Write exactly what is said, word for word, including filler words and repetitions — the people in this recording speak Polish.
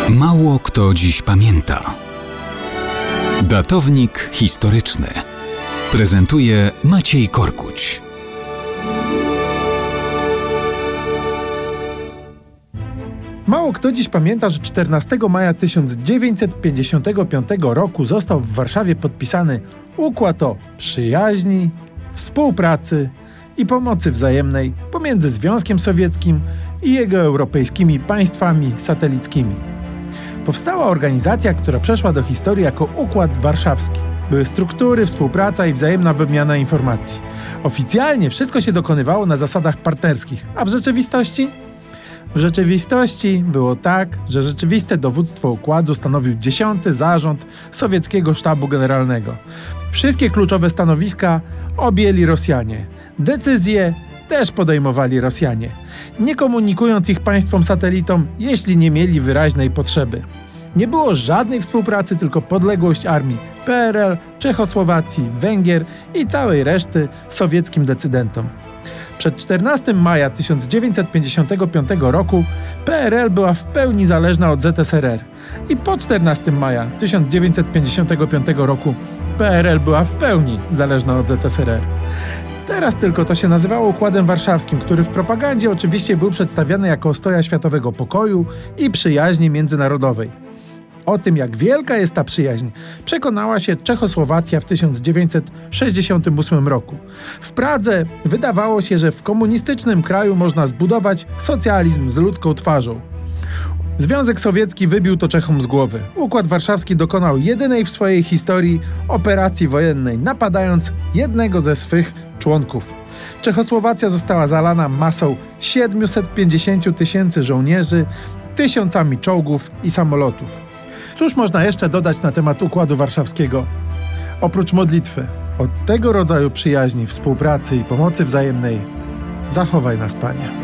Mało kto dziś pamięta. Datownik historyczny prezentuje Maciej Korkuć. Mało kto dziś pamięta, że czternastego maja tysiąc dziewięćset pięćdziesiątego piątego roku został w Warszawie podpisany układ o przyjaźni, współpracy i pomocy wzajemnej pomiędzy Związkiem Sowieckim i jego europejskimi państwami satelickimi. Powstała organizacja, która przeszła do historii jako Układ Warszawski. Były struktury, współpraca i wzajemna wymiana informacji. Oficjalnie wszystko się dokonywało na zasadach partnerskich, a w rzeczywistości? W rzeczywistości było tak, że rzeczywiste dowództwo układu stanowił dziesiąty Zarząd Sowieckiego Sztabu Generalnego. Wszystkie kluczowe stanowiska objęli Rosjanie. Decyzje też podejmowali Rosjanie, nie komunikując ich państwom satelitom, jeśli nie mieli wyraźnej potrzeby. Nie było żadnej współpracy, tylko podległość armii P R L, Czechosłowacji, Węgier i całej reszty sowieckim decydentom. Przed czternastego maja tysiąc dziewięćset pięćdziesiątego piątego roku P R L była w pełni zależna od Z S R R i po czternastego maja tysiąc dziewięćset pięćdziesiątego piątego roku P R L była w pełni zależna od Z S R R. Teraz tylko to się nazywało Układem Warszawskim, który w propagandzie oczywiście był przedstawiany jako ostoja światowego pokoju i przyjaźni międzynarodowej. O tym, jak wielka jest ta przyjaźń, przekonała się Czechosłowacja w tysiąc dziewięćset sześćdziesiątym ósmym roku. W Pradze wydawało się, że w komunistycznym kraju można zbudować socjalizm z ludzką twarzą. Związek Sowiecki wybił to Czechom z głowy. Układ Warszawski dokonał jedynej w swojej historii operacji wojennej, napadając jednego ze swych członków. Czechosłowacja została zalana masą siedmiuset pięćdziesięciu tysięcy żołnierzy, tysiącami czołgów i samolotów. Cóż można jeszcze dodać na temat Układu Warszawskiego? Oprócz modlitwy, od tego rodzaju przyjaźni, współpracy i pomocy wzajemnej zachowaj nas, Panie.